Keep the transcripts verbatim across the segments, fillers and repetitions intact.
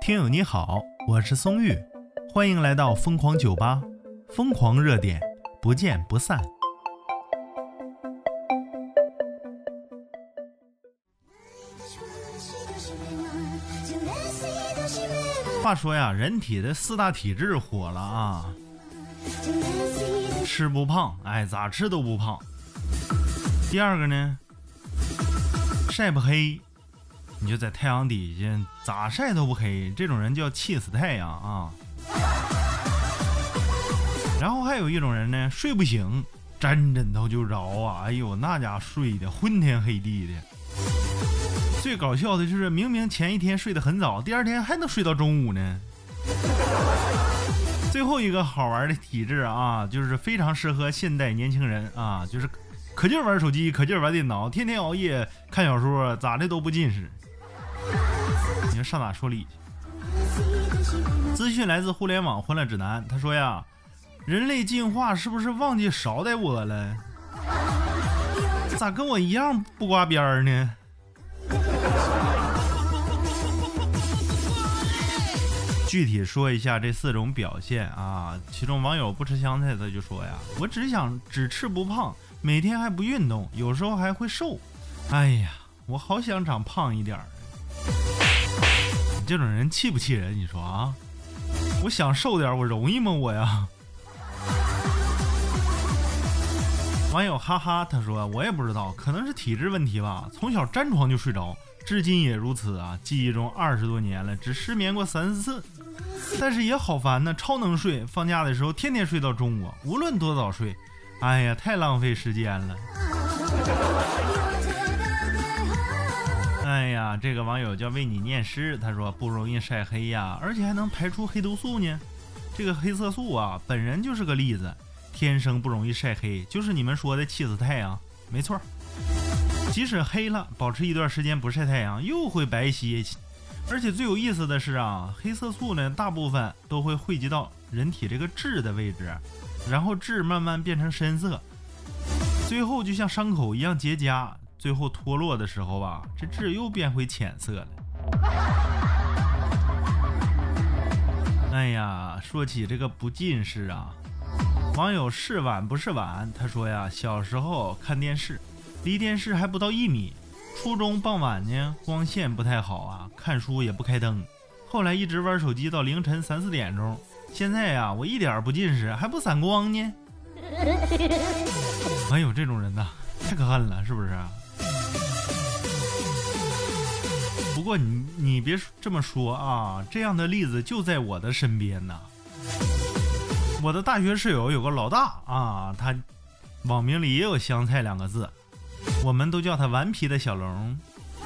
听友你好，我是松玉，欢迎来到疯狂酒吧，疯狂热点，不见不散。话说呀，人体的四大体质火了啊，吃不胖，哎，咋吃都不胖。第二个呢，晒不黑，你就在太阳底下咋晒都不黑，这种人叫气死太阳啊。然后还有一种人呢，睡不醒，沾枕头就着啊，哎呦，那家睡的昏天黑地的。最搞笑的就是明明前一天睡得很早，第二天还能睡到中午呢。最后一个好玩的体质啊，就是非常适合现代年轻人啊，就是可劲玩手机，可劲玩电脑，天天熬夜看小说，咋的都不近视。你说上哪说理去？资讯来自互联网欢乐指南，他说呀，人类进化是不是忘记少待我了？咋跟我一样不刮边呢？具体说一下这四种表现啊，其中网友不吃香菜他就说呀，我只想只吃不胖，每天还不运动，有时候还会瘦，哎呀，我好想长胖一点。你这种人气不气人？你说啊，我想瘦点我容易吗我呀？网友哈哈他说，我也不知道，可能是体质问题吧，从小沾床就睡着，至今也如此啊，记忆中二十多年了，只失眠过三四次，但是也好烦呢，超能睡，放假的时候天天睡到中午，无论多早睡，哎呀，太浪费时间了。哎呀，这个网友叫为你念诗，他说不容易晒黑呀，而且还能排出黑毒素呢。这个黑色素啊，本人就是个例子，天生不容易晒黑，就是你们说的气死太阳，没错。即使黑了，保持一段时间不晒太阳，又会白皙。而且最有意思的是啊，黑色素呢，大部分都会汇集到人体这个痣的位置，然后痣慢慢变成深色，最后就像伤口一样结痂，最后脱落的时候吧，这痣又变回浅色了。哎呀，说起这个不近视啊，网友是晚不是晚，他说呀，小时候看电视，离电视还不到一米，初中傍晚呢，光线不太好啊，看书也不开灯，后来一直玩手机到凌晨三四点钟，现在呀，我一点不近视，还不散光呢。哎呦，这种人呐，太可恨了，是不是？不过你你别这么说啊，这样的例子就在我的身边呢。我的大学室友有个老大啊，他网名里也有香菜两个字，我们都叫他顽皮的小龙。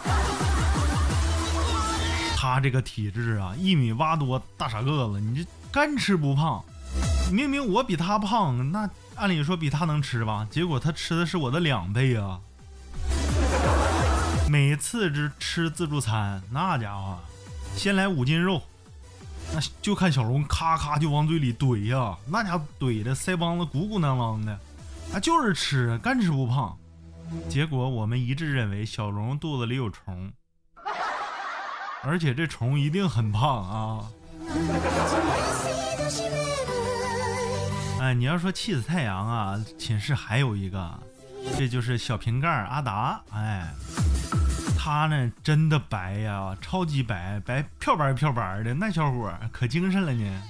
他这个体质啊，一米八多大傻个子，你这干吃不胖。明明我比他胖，那按理说比他能吃吧，结果他吃的是我的两倍啊。每次只吃自助餐，那家伙先来五斤肉，那就看小龙咔咔就往嘴里怼呀，那家伙怼的腮帮子鼓鼓囊囊的，啊，就是吃，干吃不胖。结果我们一致认为小龙肚子里有虫，而且这虫一定很胖啊。哎，你要说气死太阳啊，寝室还有一个，这就是小瓶盖阿达。哎，他呢真的白呀，超级白，白漂白漂白的，那小伙可精神了呢。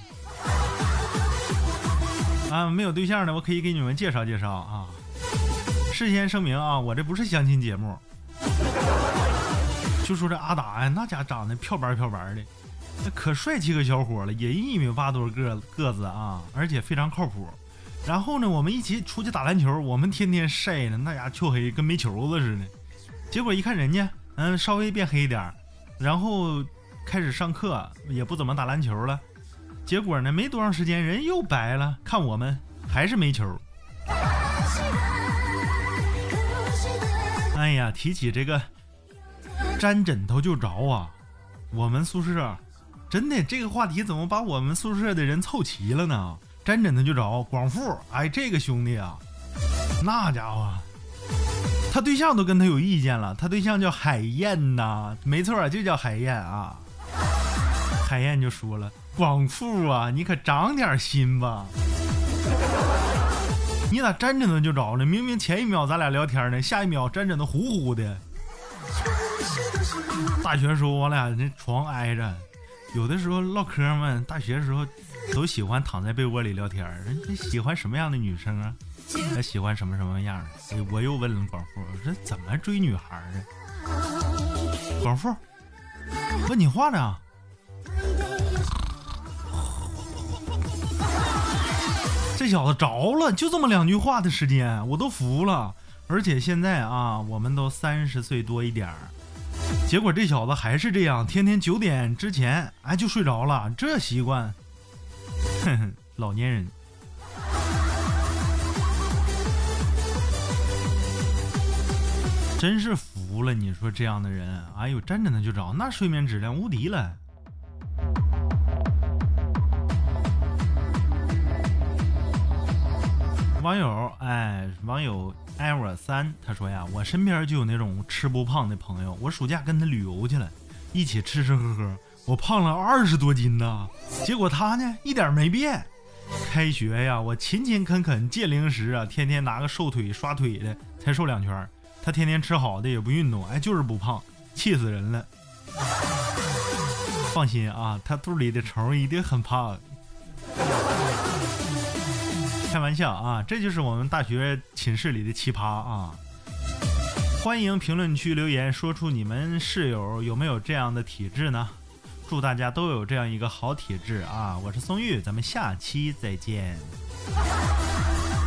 啊，没有对象的，我可以给你们介绍介绍啊。事先声明啊，我这不是相亲节目。就说这阿达呀，那家长得漂白漂白的，那可帅气个小伙了，也一米八多个个子啊，而且非常靠谱。然后呢，我们一起出去打篮球，我们天天晒呢，那家黢黑跟煤球子似的。结果一看人家，嗯，稍微变黑点，然后开始上课，也不怎么打篮球了。结果呢，没多长时间人又白了，看我们还是煤球。哎呀，提起这个沾枕头就着啊，我们宿舍真的这个话题怎么把我们宿舍的人凑齐了呢？沾枕头就着，广富，哎，这个兄弟啊，那家伙他对象都跟他有意见了，他对象叫海燕呐，没错，就叫海燕啊。 海燕就说了：“广富啊，你可长点心吧！你咋沾枕头就着了？明明前一秒咱俩聊天呢，下一秒沾枕头呼呼的。”大学时候我俩那床挨着，有的时候唠嗑嘛，大学时候都喜欢躺在被窝里聊天。人喜欢什么样的女生啊？他喜欢什么什么样？我又问了广富，我说怎么追女孩啊？广富问你话呢。这小子着了，就这么两句话的时间，我都服了。而且现在啊，我们都三十岁多一点儿，结果这小子还是这样，天天九点之前哎就睡着了，这习惯，哼哼，老年人。真是服了，你说这样的人，哎呦，沾着呢就着，那睡眠质量无敌了。网友哎，网友艾尔三他说呀，我身边就有那种吃不胖的朋友，我暑假跟他旅游去了，一起吃吃喝喝，我胖了二十多斤呢，结果他呢一点没变。开学呀，我勤勤恳恳戒零食啊，天天拿个瘦腿刷腿的，才瘦两圈。他天天吃好的也不运动，哎，就是不胖，气死人了。放心啊，他肚里的虫一定很胖。开玩笑啊，这就是我们大学寝室里的奇葩啊！欢迎评论区留言，说出你们室友有没有这样的体质呢？祝大家都有这样一个好体质啊！我是松玉，咱们下期再见。